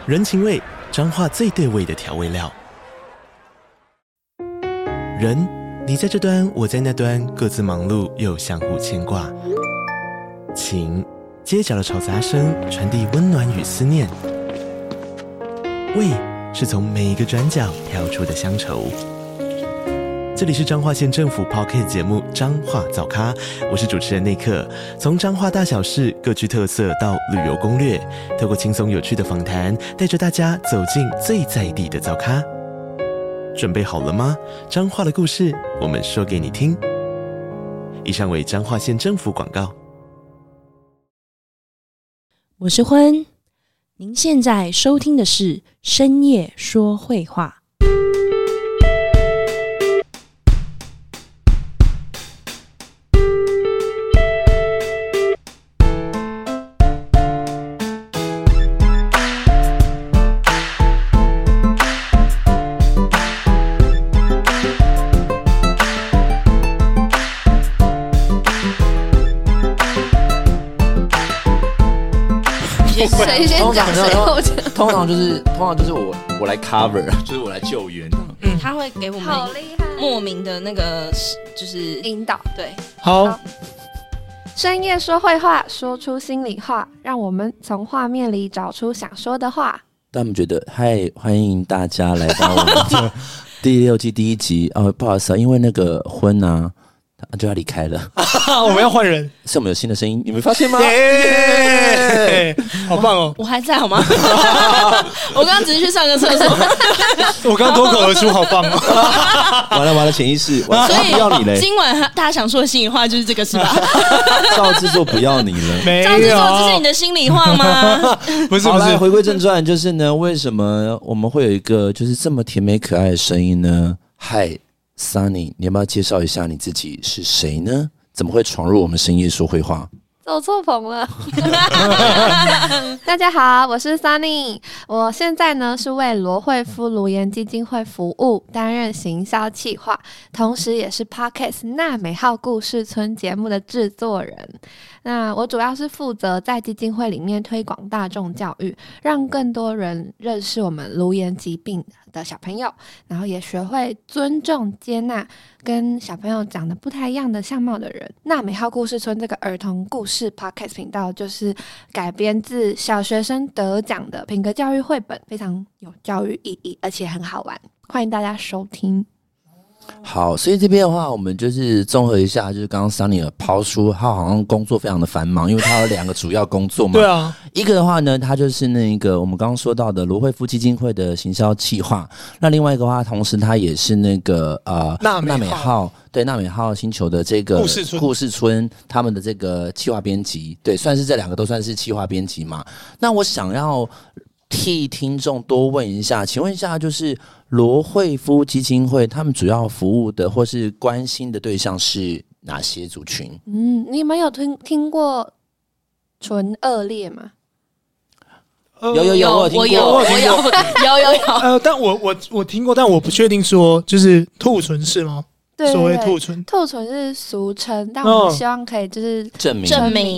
人情味，彰化最对味的调味料。人，你在这端，我在那端，各自忙碌又相互牵挂。情，街角的吵杂声传递温暖与思念。味，是从每一个转角跳出的乡愁。这里是彰化县政府 Podcast 节目《彰化早咖》，我是主持人内克。从彰化大小事各具特色到旅游攻略，透过轻松有趣的访谈，带着大家走进最在地的早咖。准备好了吗？彰化的故事，我们说给你听。以上为彰化县政府广告。 我是欢，您现在收听的是深夜说绘话。 谁先讲谁后讲？ 通常就是我来 cover， 就是我来救援。 他会给我们好厉害， 莫名的那个就是引导。 对， 好， 深夜说绘画，说出心里话，让我们从画面里找出想说的话。 但我们觉得，嗨，欢迎大家来到我们的第6季第1集。不好意思啊，因为那个婚啊，就要离开了。 我们要换人， 是我们有新的声音，你们发现吗？ 好棒哦！ 我还在好吗？我刚刚只是去上个厕所。 我刚脱口而出，好棒哦！ 完了，潜意识，所以不要你嘞。 今晚大家想说的心里话就是这个是吧？ 赵制作不要你了， 没有， 赵制作这是你的心里话吗？ 不是。 好，来回归正传，就是呢，为什么我们会有一个就是这么甜美可爱的声音呢？嗨，Sunny， 你要不要介绍一下你自己是谁呢？怎么会闯入我们深夜说绘画？ 走错棚了。大家好，我是 Sunny， 我现在呢是为罗慧夫卢颜基金会服务，担任行销企划，同时也是 Podcast 娜美号故事村节目的制作人。那我主要是负责在基金会里面推广大众教育，让更多人认识我们卢颜疾病的小朋友，然后也学会尊重接纳跟小朋友长得不太一样的相貌的人。娜美号故事村这个儿童故事 Podcast 频道就是改编自小学生得奖的品格教育绘本，非常有教育意义，而且很好玩，欢迎大家收听。 好，所以这边的话，我们就是综合一下，就是刚刚 Sunny 有抛出，他好像工作非常的繁忙，因为他有2个主要工作嘛。 对啊， 一个的话呢，他就是那个我们刚刚说到的罗慧夫基金会的行销企划，那另外一个的话，同时他也是那个娜美号对娜美号星球的这个故事村他们的这个企划编辑，对，算是这2个都算是企划编辑嘛。那我想要替听众多问一下，请问一下，就是罗慧夫基金会他们主要服务的或是关心的对象是哪些族群？ 你们有听过纯恶劣吗？ 有，我有听过， 有。 但我听过，但我不确定说就是兔唇是吗？ 对， 所谓兔唇是俗称，但我们希望可以就是证明。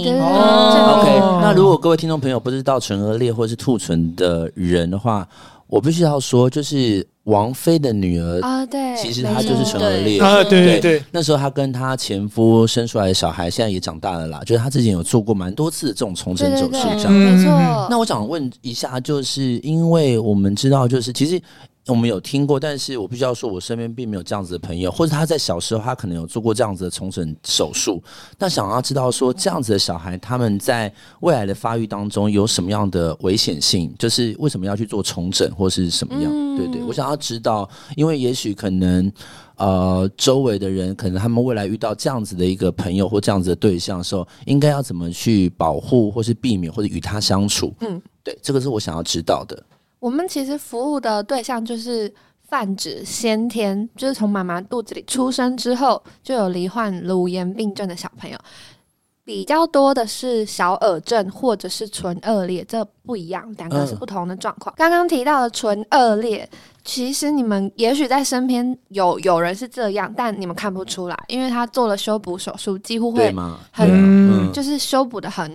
OK， 那如果各位听众朋友不知道唇腭裂或是兔唇的人的话，我必须要说，就是王菲的女儿对， 其实她就是唇腭裂对。 那时候她跟她前夫生出来的小孩，现在也长大了啦，就是她之前有做过蛮多次的这种重整手术，这样没错。 那我想问一下，就是因为我们知道，就是其实我们有听过，但是我必须要说，我身边并没有这样子的朋友，或者他在小时候他可能有做过这样子的重整手术。那想要知道说，这样子的小孩他们在未来的发育当中有什么样的危险性？就是为什么要去做重整，或是什么样？对，我想要知道，因为也许可能周围的人可能他们未来遇到这样子的一个朋友或这样子的对象的时候，应该要怎么去保护，或是避免，或者与他相处？对，这个是我想要知道的。 我们其实服务的对象就是泛指先天，就是从妈妈肚子里出生之后就有罹患乳炎病症的小朋友，比较多的是小耳症或者是唇腭裂，这不一样，两个是不同的状况。刚刚提到的唇腭裂，其实你们也许在身边有人是这样，但你们看不出来，因为他做了修补手术，几乎会就是修补的很好。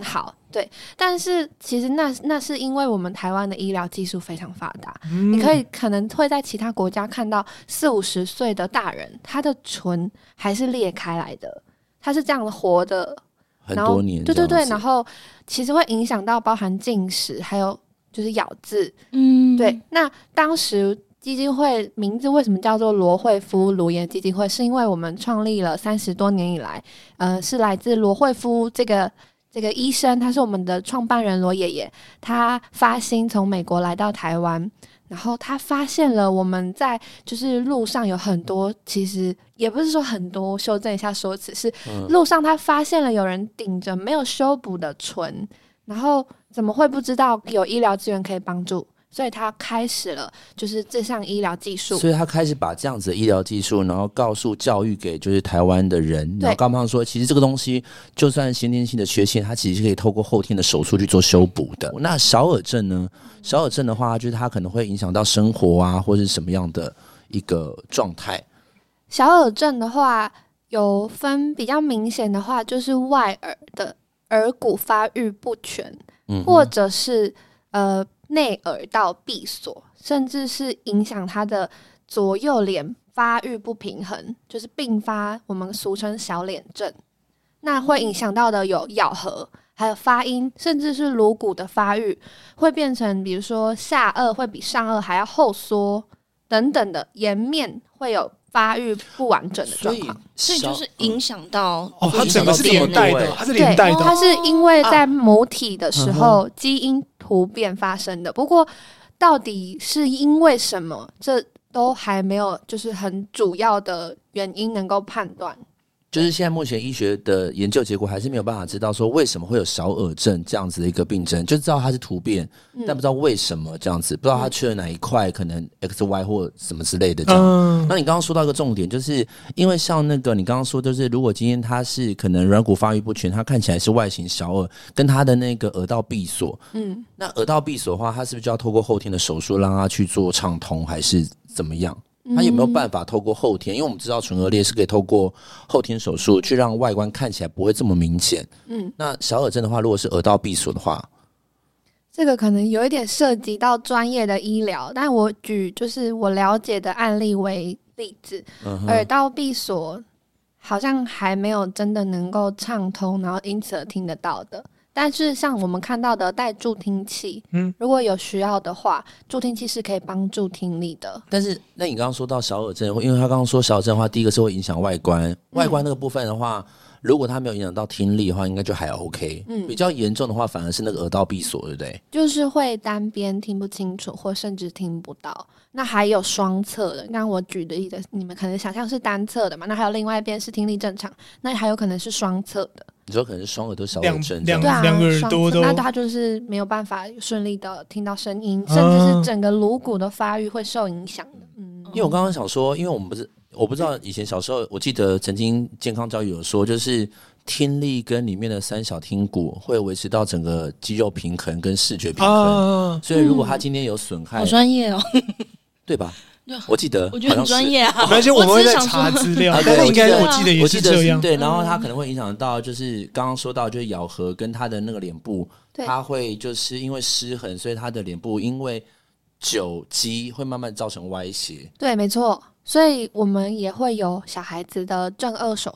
对，但是其实那是因为我们台湾的医疗技术非常发达，你可能会在其他国家看到40-50岁的大人，他的唇还是裂开来的，他是这样的活的很多年， 对对对，然后其实会影响到包含进食，还有就是咬字，对。那当时基金会名字为什么叫做罗慧夫卢颜基金会？是因为我们创立了30多年以来，是来自罗慧夫这个医生，他是我们的创办人罗爷爷，他发心从美国来到台湾，然后他发现了我们在就是路上有很多，其实也不是说很多，修正一下说辞，是路上他发现了有人顶着没有修补的唇，然后怎么会不知道有医疗资源可以帮助？所以他开始了就是这项医疗技术， 所以他开始把这样子的医疗技术，然后告诉教育给就是台湾的人，然后刚刚说，其实这个东西就算先天性的缺陷，它其实是可以透过后天的手术去做修补的。那小耳症呢？小耳症的话，就是它可能会影响到生活啊，或是什么样的一个状态？ 小耳症的话，有分比较明显的话，就是外耳的耳骨发育不全，或者是内耳道闭锁，甚至是影响他的左右脸发育不平衡，就是并发，我们俗称小脸症。那会影响到的有咬合，还有发音，甚至是颅骨的发育，会变成比如说下颚会比上颚还要后缩等等的，颜面会有发育不完整的状况， 所以就是影响到它整个是连带的，它是连带的， 它是因为在母体的时候基因突变发生的。不过到底是因为什么，这都还没有就是很主要的原因能够判断。 就是现在目前医学的研究结果还是没有办法知道说为什么会有小耳症这样子的一个病症，就知道它是突变，但不知道为什么这样子，不知道它缺了哪一块，可能 XY 或什么之类的这样。那你刚刚说到一个重点，就是因为像那个你刚刚说，就是如果今天它是可能软骨发育不全，它看起来是外形小耳，跟它的那个耳道闭锁，那耳道闭锁的话，它是不是就要透过后天的手术让它去做畅通，还是怎么样？他有没有办法透过后天，因为我们知道唇腭裂是可以透过后天手术去让外观看起来不会这么明显。那小耳症的话，如果是耳道闭锁的话， 这个可能有一点涉及到专业的医疗，但我举就是我了解的案例为例子，耳道闭锁好像还没有真的能够畅通，然后因此而听得到的。但是像我们看到的带助听器，如果有需要的话，助听器是可以帮助听力的。 但是那你刚刚说到小耳症，因为他刚刚说小耳症的话，第一个是会影响外观，外观那个部分的话，如果它没有影响到听力的话，应该就还 OK。比较严重的话，反而是那个耳道闭锁，对不对？ 就是会单边听不清楚，或甚至听不到。那还有双侧的，刚刚我举的例子，你们可能想象是单侧的嘛？那还有另外一边是听力正常，那还有可能是双侧的。 你说可能是双耳朵小耳症， 两个耳朵都， 那他就是没有办法顺利的听到声音，甚至是整个颅骨的发育会受影响的。 因为我刚刚想说，因为我不知道以前小时候，我记得曾经健康教育有说，就是听力跟里面的3小听骨会维持到整个肌肉平衡跟视觉平衡，所以如果他今天有损害， 好专业哦， 对吧？我记得， 我觉得很专业啊。 没关系，我们会再查资料。但是应该我记得也是这样。 对，然后它可能会影响到，就是刚刚说到，就是咬合跟它的那个脸部，它会就是因为失衡，所以它的脸部因为久积会慢慢造成歪斜。 对，没错。所以我们也会有小孩子的正颚手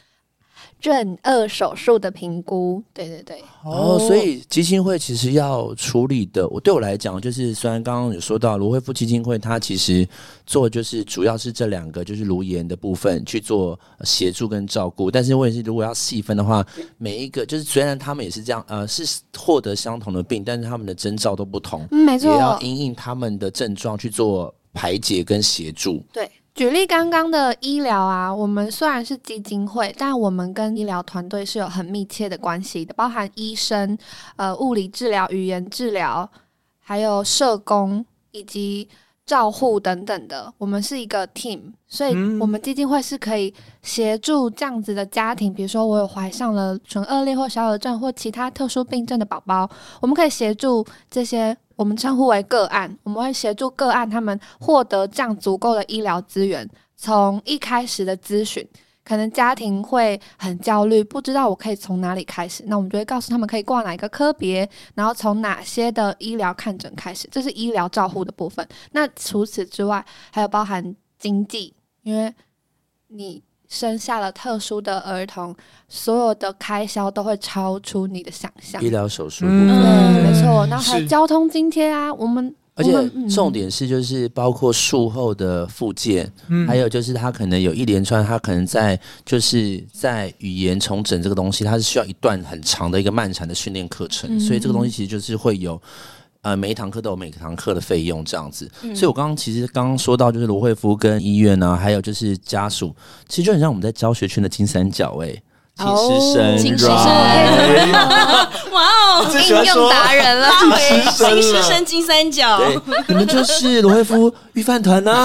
术的评估，对对对。 所以基金会其实要处理的，对我来讲，就是虽然刚刚有说到罗慧夫基金会，它其实做就是主要是这2个就是颅颜的部分去做协助跟照顾，但是问题是如果要细分的话，每一个就是虽然他们也是这样，是获得相同的病，但是他们的征兆都不同， 没错， 也要因应他们的症状去做排解跟协助。 对。举例刚刚的医疗啊，我们虽然是基金会，但我们跟医疗团队是有很密切的关系的，包含医生、物理治疗、语言治疗，还有社工以及照护等等的，我们是一个 team， 所以我们基金会是可以协助这样子的家庭，比如说我有怀上了唇腭裂或小耳症或其他特殊病症的宝宝，我们可以协助这些我们称呼为个案，我们会协助个案他们获得这样足够的医疗资源，从一开始的咨询可能家庭会很焦虑，不知道我可以从哪里开始，那我们就会告诉他们可以挂哪一个科别，然后从哪些的医疗看诊开始，这是医疗照护的部分。那除此之外还有包含经济，因为你生下了特殊的儿童，所有的开销都会超出你的想象。 医疗手术部对， 分， 没错。然后还有是交通津贴啊， 而且重点是就是包括术后的复健，还有就是他可能有一连串，他可能在语言重整这个东西，它是需要一段很长的一个漫长的训练课程，所以这个东西其实就是会有。每一堂课都有每堂课的费用这样子，所以我刚刚说到就是罗慧夫跟医院啊，还有就是家属，其实就很像我们在教学圈的金三角请师生， 请师生，哇哦， 应用达人了， 拉回请师生金三角， 对，你们就是罗慧夫御饭团啊，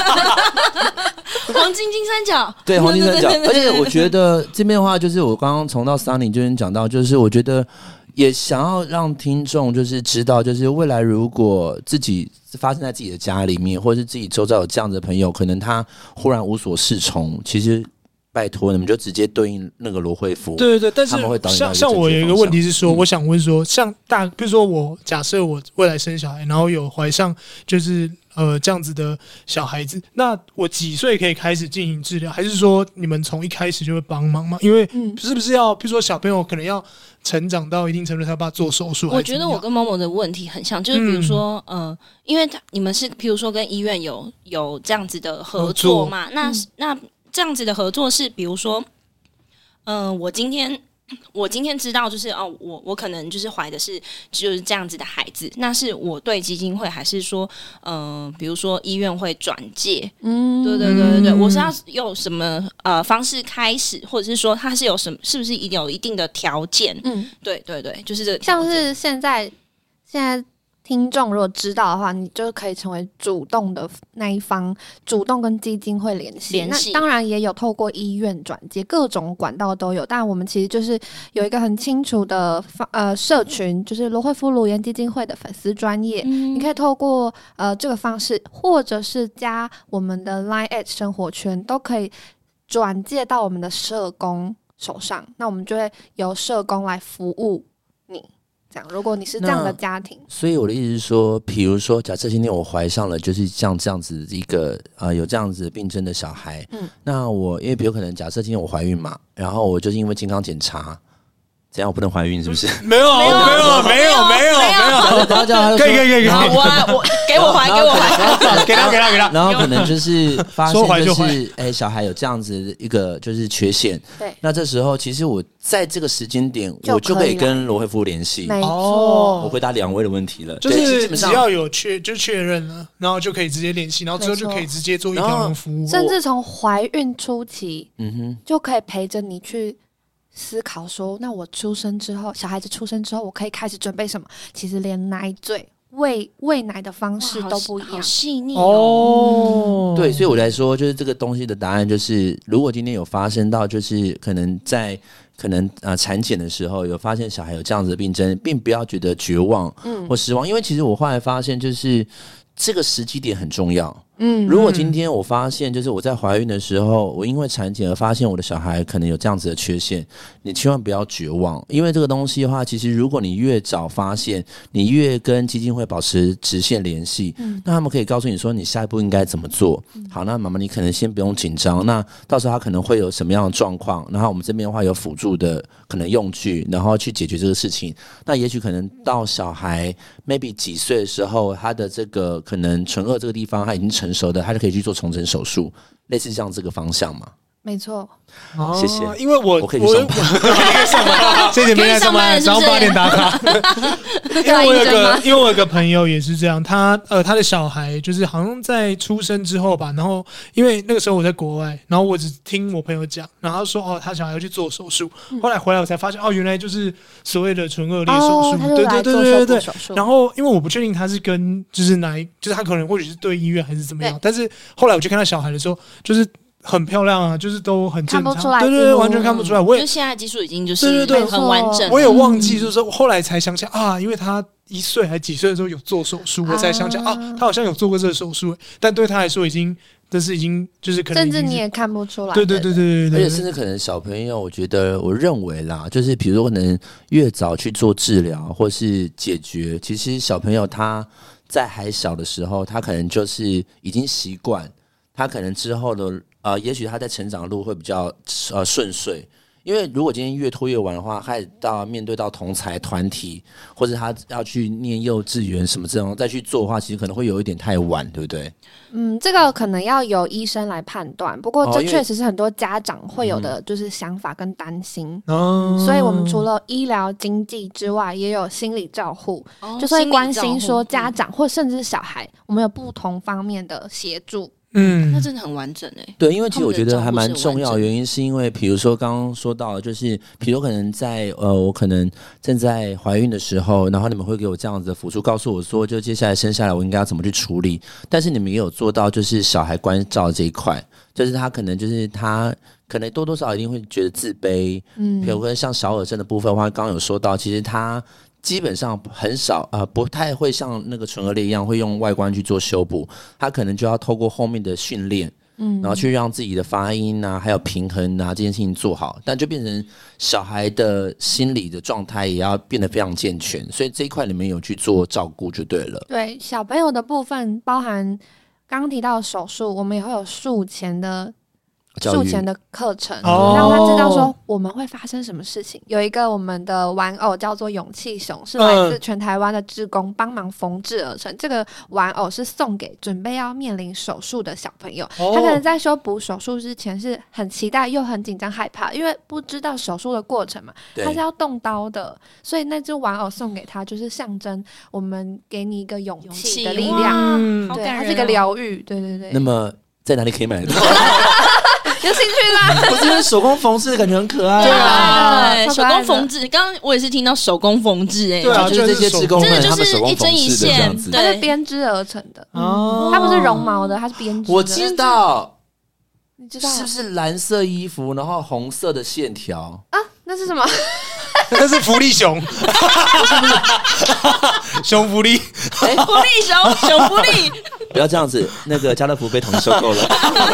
黄金金三角， 对，黄金三角。而且我觉得这边的话，就是我刚刚从到Sunny就已经讲到，就是我觉得。也想要让听众就是知道，就是未来如果自己发生在自己的家里面，或者是自己周遭有这样的朋友，可能他忽然无所适从，其实拜托你们就直接对应那个罗慧夫。 对对对，但是他们会导引到像我有一个问题是说，我想问说，像比如说我假设我未来生小孩，然后有怀上就是这样子的小孩子，那我几岁可以开始进行治疗？还是说你们从一开始就会帮忙吗？因为是不是要比如说小朋友可能要成长到一定程度才要把他做手术？ 我觉得我跟某某的问题很像，就是比如说因为你们是比如说跟医院有这样子的合作嘛，那这样子的合作是比如说我今天知道就是我可能就是怀的是就是这样子的孩子，那是我对基金会还是说比如说医院会转介？对，我是要用什么方式开始，或者是说它是有什么是不是有一定的条件？对，就是这个条件。 像是现在听众如果知道的话，你就可以成为主动的那一方，主动跟基金会联系。那当然也有透过医院转接，各种管道都有。但我们其实就是有一个很清楚的社群，就是罗慧夫卢颜基金会的粉丝专页，你可以透过这个方式，或者是加我们的 Line@ 生活圈，都可以转介到我们的社工手上。那我们就会由社工来服务你。这样，如果你是这样的家庭， 所以我的意思是说，比如说，假设今天我怀上了就是像这样子一个有这样子病症的小孩，那我因为比如可能假设今天我怀孕嘛，然后我就是因为健康检查，怎样我不能怀孕是不是？ 没有，可以， 我给我怀， 给他， 然后可能就是发现就是小孩有这样子一个就是缺陷， 对， 那这时候其实我在这个时间点我就可以跟罗慧夫联系， 没错， 我回答两位的问题了， 就是只要有确认了，然后就可以直接联系，然后之后就可以直接做一条龙服务， 甚至从怀孕初期，就可以陪着你去思考说，那我出生之后，小孩子出生之后，我可以开始准备什么？其实连奶嘴、喂奶的方式都不一样， 好细腻哦。 对，所以我来说，就是这个东西的答案就是，如果今天有发生到，就是可能在产检的时候有发现小孩有这样子的病症，并不要觉得绝望或失望，因为其实我后来发现，就是这个时机点很重要。如果今天我发现就是我在怀孕的时候，我因为产检而发现我的小孩可能有这样子的缺陷，你千万不要绝望，因为这个东西的话，其实如果你越早发现，你越跟基金会保持直线联系，那他们可以告诉你说你下一步应该怎么做。好，那妈妈你可能先不用紧张，那到时候他可能会有什么样的状况，然后我们这边的话有辅助的可能用具，然后去解决这个事情。那也许可能到小孩 maybe 几岁的时候，他的这个可能唇腭这个地方他已经成熟的，他就可以去做重整手术，类似像这个方向嘛。 没错， 谢谢。 因为我可以去上班， 这点没来上班，早上8点打卡。因为我有个朋友也是这样，他的小孩就是好像在出生之后吧，然后因为那个时候我在国外，然后我只听我朋友讲，然后他说他小孩要去做手术，后来回来我才发现原来就是所谓的唇腭裂手术，对。然后因为我不确定他是跟就是就是他可能或许是对医院还是怎么样，但是后来我去看他小孩的时候，就是很漂亮啊，就是都很正常，对，完全看不出来。 就现在技术已经就是很完整。 我也忘记，就是我后来才想起来因为他1岁还几岁的时候有做手术，我才想起来他好像有做过这个手术，但对他来说已经这是已经就是可能甚至你也看不出来。 对，而且甚至可能小朋友，我觉得我认为啦，就是比如说可能越早去做治疗或是解决，其实小朋友他在还小的时候，他可能就是已经习惯，他可能之后的也许他在成长路会比较顺遂。因为如果今天越拖越晚的话，开始面对到同侪团体，或者他要去念幼稚园什么这种再去做的话，其实可能会有一点太晚，对不对？ 这个可能要由医生来判断。不过这确实是很多家长会有的就是想法跟担心。所以我们除了医疗经济之外，也有心理照护，就是会关心说家长或甚至是小孩，我们有不同方面的协助。 那真的很完整欸。 对，因为其实我觉得还蛮重要的原因是因为比如说刚刚说到就是比如可能在我可能正在怀孕的时候，然后你们会给我这样子的辅助，告诉我说就接下来生下来我应该要怎么去处理，但是你们也有做到就是小孩关照这一块，就是他可能就是他可能多多少少一定会觉得自卑，比如说像小耳症的部分的话，刚刚有说到其实他基本上很少不太会像那个唇腭裂一样会用外观去做修补，他可能就要透过后面的训练，然后去让自己的发音啊还有平衡啊这件事情做好，但就变成小孩的心理的状态也要变得非常健全，所以这一块你们有去做照顾就对了。 对，小朋友的部分包含刚刚提到的手术，我们也会有术前的课程，让他知道说我们会发生什么事情。有一个我们的玩偶叫做勇气熊，是来自全台湾的志工帮忙缝制而成。这个玩偶是送给准备要面临手术的小朋友，他可能在修补手术之前是很期待又很紧张害怕，因为不知道手术的过程嘛，他是要动刀的，所以那只玩偶送给他就是象征我们给你一个勇气的力量，对，它是一个疗愈，对。 那么在哪里可以买得到？ 有兴趣吗？ 不是因为手工缝制感觉很可爱， 对啊，手工缝制。刚刚我也是听到手工缝制， 对啊， 就是这些志工们他们手工一针一线， 它是编织而成的，它不是绒毛的，它是编织的。 我知道， 你知道是不是蓝色衣服，然后红色的线条啊？那是什么？ 那是福利熊，熊福利， 福利熊福利。 不要这样子，那个家乐福被统一收购了。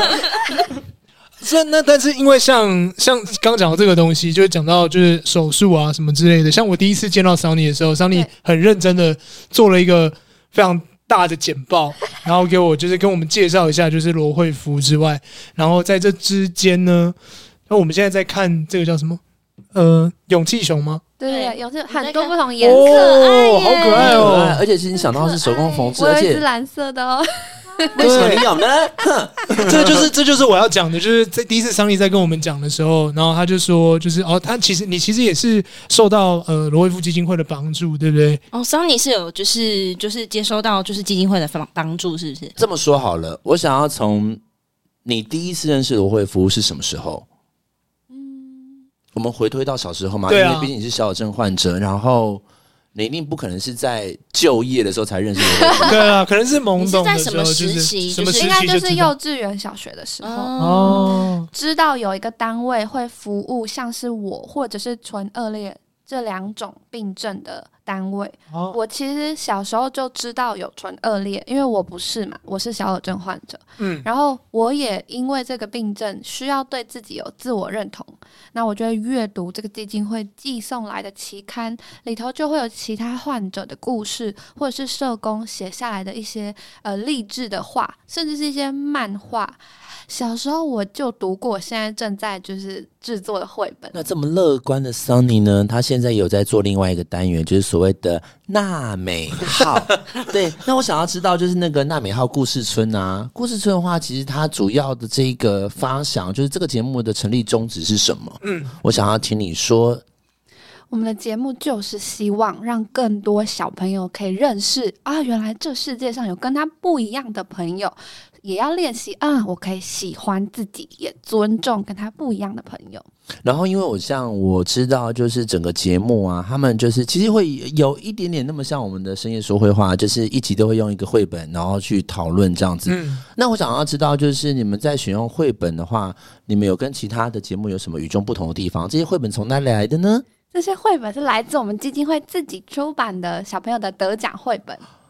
但是因为像刚讲到这个东西，就是讲到就是手术啊什么之类的。像我第一次见到桑尼的时候，桑尼很认真的做了一个非常大的简报，然后给我就是跟我们介绍一下就是罗慧夫之外，然后在这之间呢，那我们现在在看这个叫什么？勇气熊吗？ 对，有很多不同颜色， 好可爱哦！ 而且其实你想到是手工缝制， 而且是蓝色的哦。 为什么你有呢？ 这就是我要讲的，就是在第一次桑尼在跟我们讲的时候，然后他就说，就是他其实也是受到罗慧夫基金会的帮助，对不对？ 桑尼是有就是接收到就是基金会的帮助，是不是？ 这么说好了，我想要从你第一次认识罗慧夫是什么时候？我们回推到小时候嘛，因为毕竟你是小耳症患者，然后你一定不可能是在就业的时候才认识罗慧夫。 对啊，可能是懵懂的时候，就是应该就是幼稚园、小学的时候，知道有一个单位会服务像是我或者是唇腭裂这两种病症的单位。我其实小时候就知道有唇腭裂，因为我不是嘛，我是小耳症患者。然后我也因为这个病症需要对自己有自我认同，那我就会阅读这个基金会寄送来的期刊，里头就会有其他患者的故事，或者是社工写下来的一些励志的话，甚至是一些漫画。小时候我就读过，现在正在就是制作的绘本。 那这么乐观的桑尼呢，他现在有在做另外一个单元，就是所谓的娜美号。对，那我想要知道就是那个娜美号故事村啊，故事村的话，其实它主要的这个发想，就是这个节目的成立宗旨是什么？我想要请你说。 我们的节目就是希望让更多小朋友可以认识啊，原来这世界上有跟他不一样的朋友，也要练习啊，我可以喜欢自己，也尊重跟他不一样的朋友。 然后因为我知道就是整个节目啊，他们就是其实会有一点点那么像我们的深夜说绘画，就是一集都会用一个绘本然后去讨论这样子。那我想要知道就是你们在选用绘本的话，你们有跟其他的节目有什么与众不同的地方？这些绘本从哪里来的呢？ 这些绘本是来自我们基金会自己出版的小朋友的得奖绘本。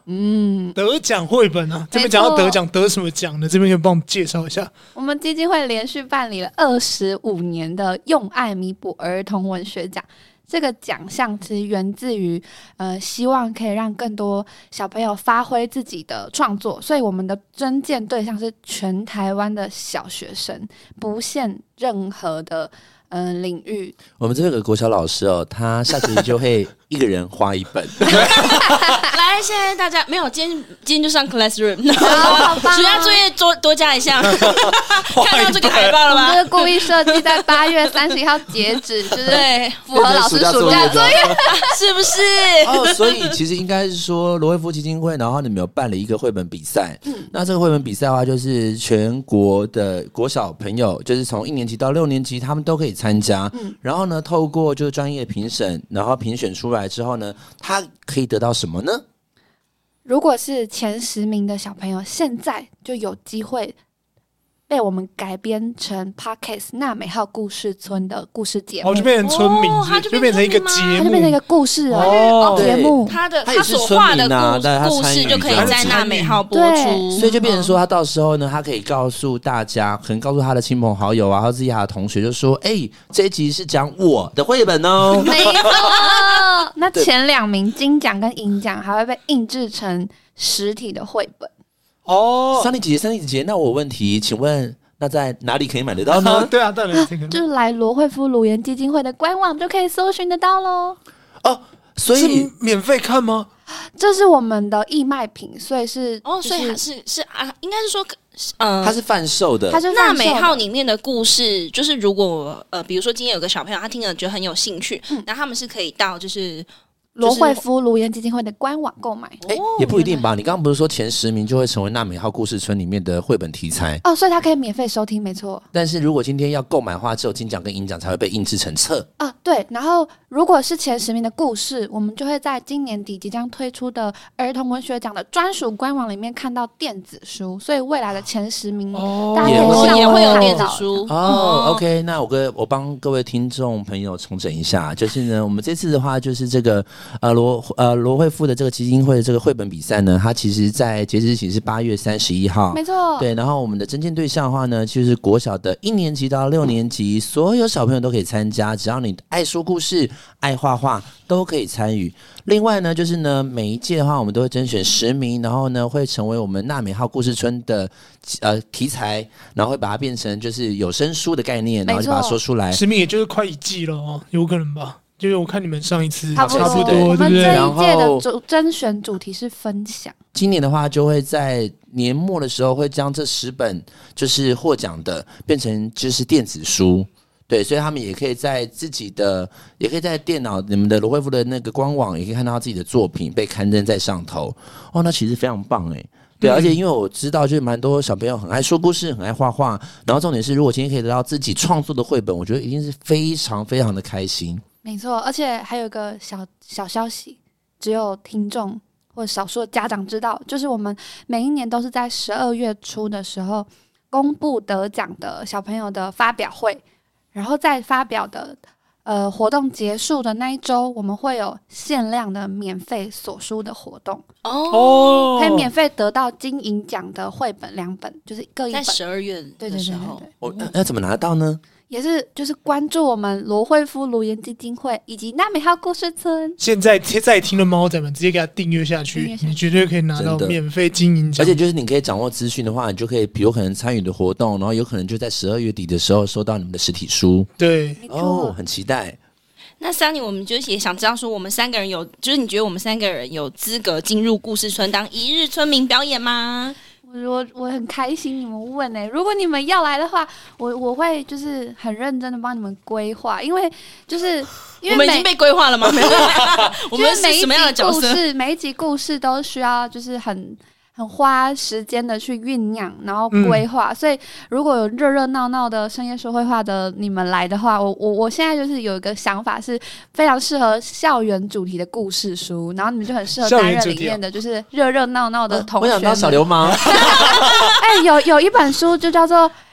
得奖绘本啊，这边讲到得奖，得什么奖呢？这边可以帮我们介绍一下。 我们基金会连续办理了25年的用爱弥补儿童文学奖。这个奖项其实源自于希望可以让更多小朋友发挥自己的创作，所以我们的征件对象是全台湾的小学生，不限任何的领域。 我们这边有个国小老师哦，他下学期就会一个人花一本。 来，现在大家没有，今天就上 Classroom， 暑假作业多加一项。看到这个海报了吗？ 我们是故意设计在8月30号截止，就是符合老师暑假作业， 是不是？ 哦，所以其实应该是说罗慧夫基金会，然后你们有办了一个绘本比赛。那这个绘本比赛的话，就是全国的国小朋友，就是从1年级到6年级，他们都可以参加。然后呢，透过就是专业评审，然后评选出来之后呢，他可以得到什么呢？ 如果是前10名的小朋友，现在就有机会被我们改编成 Podcast 纳美号故事村的故事节目， 就变成村民，就变成一个节目， 它就变成一个故事节目。 他所画的故事就可以在纳美号播出， 所以就变成说，他到时候呢，他可以告诉大家，可能告诉他的亲朋好友啊，或者自己的同学，就说：“这一集是讲我的绘本哦。” 没错。那前2名金奖跟银奖还会被印制成实体的绘本。 三丽姐姐，那我有问题，请问那在哪里可以买得到呢？ 对啊，当然就是来罗慧夫卢颜基金会的官网就可以搜寻得到咯。 所以是免费看吗？ 这是我们的义卖品，所以是所以是啊，应该是说。 它是贩售的， 它是纳美号里面的故事，就是如果比如说今天有个小朋友他听了觉得很有兴趣，那他们是可以到就是罗慧夫卢颜基金会的官网购买。 也不一定吧？你刚刚不是说前10名就会成为纳美号故事村里面的绘本题材所以他可以免费收听，没错。 但是如果今天要购买的话，只有金奖跟银奖才会被印制成册对。然后如果是前10名的故事，我们就会在今年底即将推出的儿童文学奖的专属官网里面看到电子书，所以未来的前10名大家可以上也会有电子书 OK， 那我帮各位听众朋友重整一下，就是呢，我们这次的话就是这个罗慧夫的这个基金会的这个绘本比赛呢，它其实在截止日期是8月31号， 没错。 对，然后我们的征件对象的话呢，就是国小的1年级到6年级，所有小朋友都可以参加，只要你爱说故事、爱画画，都可以参与。另外呢，就是呢，每一届的话，我们都会甄选10名，然后呢，会成为我们纳美号故事村的题材，然后会把它变成就是有声书的概念，然后就把它说出来。 10名也就是快1季了有可能吧？就是我看你们上一次差不多， 对不对？ 我们这一届的甄选主题是分享。 今年的话，就会在年末的时候会将这10本就是获奖的变成就是电子书。对，所以他们也可以在自己的，也可以在电脑你们的罗慧夫的那个官网，也可以看到自己的作品被刊登在上头。那其实非常棒对，而且因为我知道，就是蛮多小朋友很爱说故事，很爱画画，然后重点是，如果今天可以得到自己创作的绘本，我觉得一定是非常非常的开心。 没错，而且还有一个小消息，只有听众或者少数的家长知道，就是我们每一年都是在12月初的时候公布得奖的小朋友的发表会，然后在发表的活动结束的那一周，我们会有限量的免费索书的活动可以免费得到金银奖的绘本2本，就是各一本。 在12月的时候， 那怎么拿得到呢？ 也是就是关注我们罗慧夫卢颜基金会以及纳美号故事村。 现在在听的猫仔们直接给他订阅下去，你绝对可以拿到免费金银奖。 而且就是你可以掌握资讯的话，你就可以有可能参与的活动，然后有可能就在12月底的时候收到你们的实体书。 对， 很期待。 那Sunny，我们就也想知道说，我们3个人就是你觉得我们3个人有资格进入故事村当一日村民表演吗？ 我很开心你们问如果你们要来的话，我会就是很认真的帮你们规划，因为我们已经被规划了吗？我们是什么样的角色？ 每一集故事都需要就是很花时间的去酝酿，然后规划。所以如果有热热闹闹的深夜说绘画的你们来的话，我现在就是有一个想法，是非常适合校园主题的故事书，然后你们就很适合担任里面的就是热热闹闹的同学。 我想当小流氓。 有一本书就叫做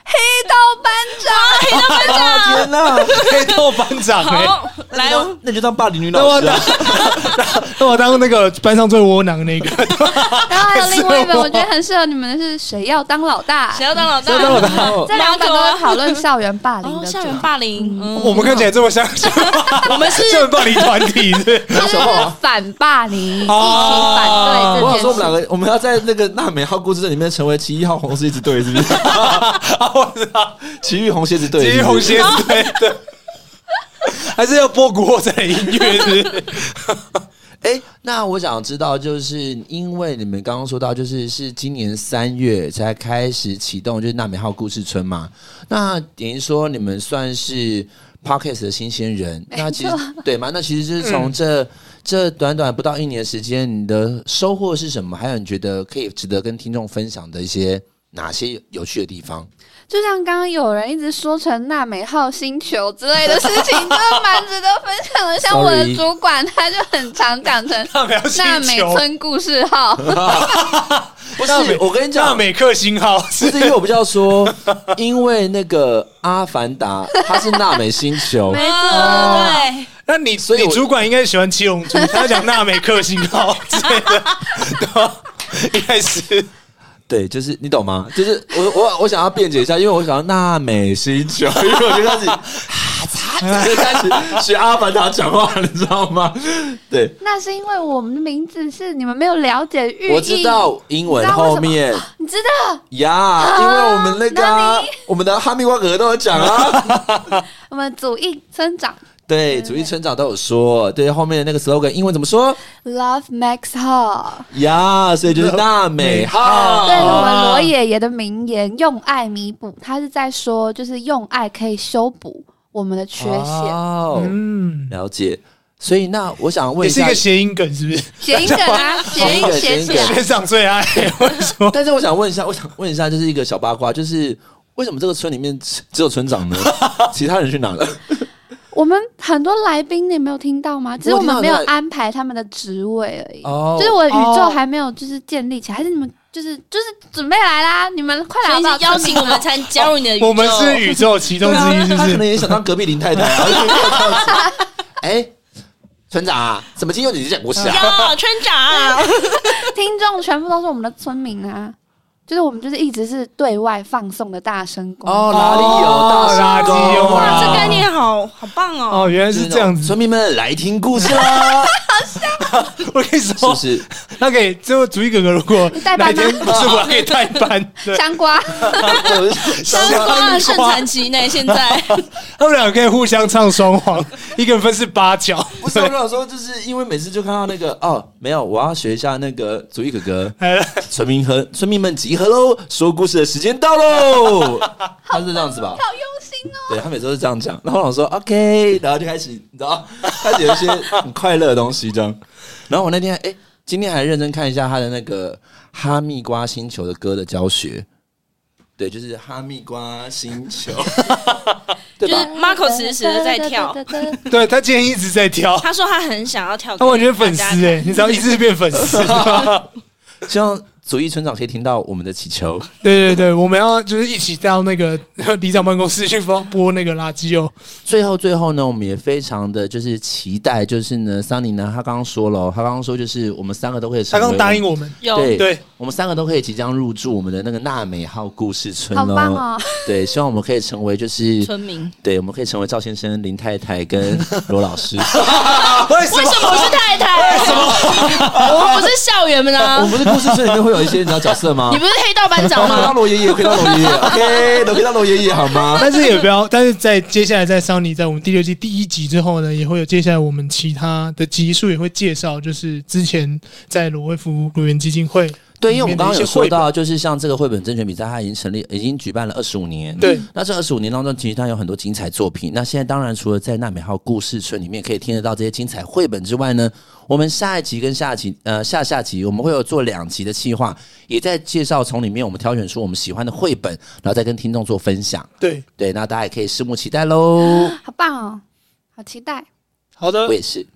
天哪！ 黑豆班长好，来， 那就当霸凌女老师啊！ 那我当那个班上最窝囊的那个。 然后还有另外一本，我觉得很适合你们的是谁要当老大？ 谁要当老大？ 谁要当老大？ 这2本都是讨论校园霸凌的， 校园霸凌。 我们看起来这么像， 我们是校园霸凌团体， 就是反霸凌，一起反对这件事。 我想说，我们两个我们要在那个娜美号故事这里面成为奇异号红狮子队，是不是？ 我知道， 奇遇红蝎子队， 奇遇红蝎子队，对，还是要播古惑仔的音乐，是不是？ 那我想知道，就是因为你们刚刚说到，是今年3月才开始启动，就是娜美号故事村嘛。那等于说你们算是 Podcast 的新鲜人，那其实对吗？那其实就是从这短短不到1年的时间，你的收获是什么？还有你觉得可以值得跟听众分享的一些哪些有趣的地方？ 就像刚刚有人一直说成娜美号星球之类的事情，真的蛮值得分享的。像我的主管，他就很常讲成娜美村故事号。 不是，我跟你讲， 娜美克星号是因为我比较说，因为那个阿凡达它是娜美星球， 没错， 对。 那你主管应该喜欢七龙珠，他讲娜美克星号之类的，对，应该是。 对，就是你懂吗？就是我想要辩解一下，因为我想要娜美星球，因为我就开始开始学阿凡达讲话，你知道吗？对， 那是因为我们的名字是你们没有了解寓意。 我知道英文后面， 你知道呀？因为我们那个我们的哈密瓜哥哥都有讲啊， 我们祖义村长。 对，主义村长都有说，对后面的那个 slogan 英文怎么说 ？Love makes whole。 呀，所以就是娜美号。 对，我们罗爷爷的名言“用爱弥补”，他是在说，就是用爱可以修补我们的缺陷。 哦，了解。所以那我想问一下， 也是一个谐音梗，是不是？ 谐音梗啊，谐音写起来。 学长最爱。 但是我想问一下，就是一个小八卦，就是为什么这个村里面只有村长呢？其他人去哪了？ 我们很多来宾你没有听到吗？只是我们没有安排他们的职位而已。就是我的宇宙还没有就是建立起来，还是你们就是准备来啦？你们快来好不好？ 邀请我们才加入你的宇宙。 我们是宇宙其中之一，是不是？ 他可能也想当隔壁林太太啊。村长啊，怎么今天有你讲故事啊？ 村长， 听众全部都是我们的村民啊。就是我们就是一直是对外放送的大声公哪里有大声公？ 哇，这概念好棒哦！ 哦，原来是这样子。 村民们来听故事啦！ 我跟你说， 是他可以，最后主义哥哥如果哪天不是我，可以代班。 香瓜， 香瓜的盛产期内，现在他们两个可以互相唱双簧，一个人分饰8角。 不是我想说，就是因为每次就看到那个没有，我要学一下那个主义哥哥，村民们集合喽，说故事的时间到喽。他是这样子吧？ 好用心哦。 对，他每次都是这样讲，然后我想说 OK， 然后就开始你知道，开始有一些很快乐的东西这样。然后我那天今天还认真看一下他的那个哈密瓜星球的歌的教学。对，就是哈密瓜星球， 对吧？就是 Marco 时时的在跳， 对他今天一直在跳。 他说他很想要跳， 他完全粉丝你只要一直变粉丝。 希望祖义村长可以听到我们的祈求。 对，我们要就是一起到那个里长办公室去播那个垃圾哦。 最后呢，我们也非常的就是期待，就是呢，桑尼呢，他刚刚说就是我们3个都可以成为， 他刚答应我们， 对，我们3个都可以即将入驻我们的那个娜美号故事村好棒哦！ 对，希望我们可以成为就是村民， 对，我们可以成为赵先生、林太太跟罗老师。 为什么我是太太？为什么我们不是校园吗？ 我们不是故事村里面会有一些你知道角色吗？ 你不是黑道班长吗？ 可以当罗爷爷，可以当罗爷爷 ，OK， 都可以当罗爷爷好吗？ 但是也不要，但是在接下来在桑尼在我们第6季第1集之后呢，也会有接下来我们其他的集数也会介绍，就是之前在罗惠夫罗源基金会。 对，因为我们刚刚有说到，就是像这个绘本甄选比赛，它已经举办了25年。 对，那这25年当中，其实它有很多精彩作品。那现在当然除了在娜美号故事村里面可以听得到这些精彩绘本之外呢，我们下一集跟下集我们会有做2集的企划，也在介绍从里面我们挑选出我们喜欢的绘本，然后再跟听众做分享。对，那大家也可以拭目期待喽。 好棒哦，好期待。 好的， 我也是。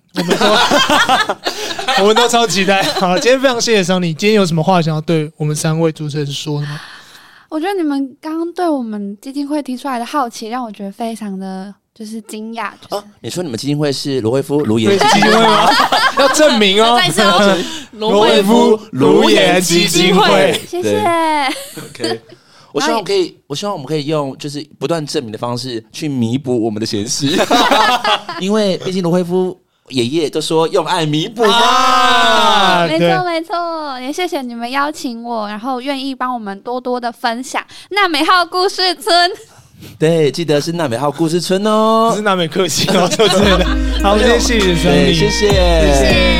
我们都超期待。好，今天非常谢谢桑尼。今天有什么话想要对我们3位主持人说的吗？ 我觉得你们刚刚对我们基金会提出来的好奇，让我觉得非常的就是惊讶。 你说你们基金会是罗慧夫、卢岩基金会吗？要证明哦。 再次哦， 罗慧夫、卢岩基金会。 谢谢。 OK。我希望我们可以用就是不断证明的方式去弥补我们的闲事，因为毕竟罗慧夫爷爷都说用爱弥补嘛。 没错没错，也谢谢你们邀请我，然后愿意帮我们多多的分享纳美号故事村。 对，记得是纳美号故事村哦， 不是纳美克星哦，就这样的。好，谢谢 Sunny， 谢谢。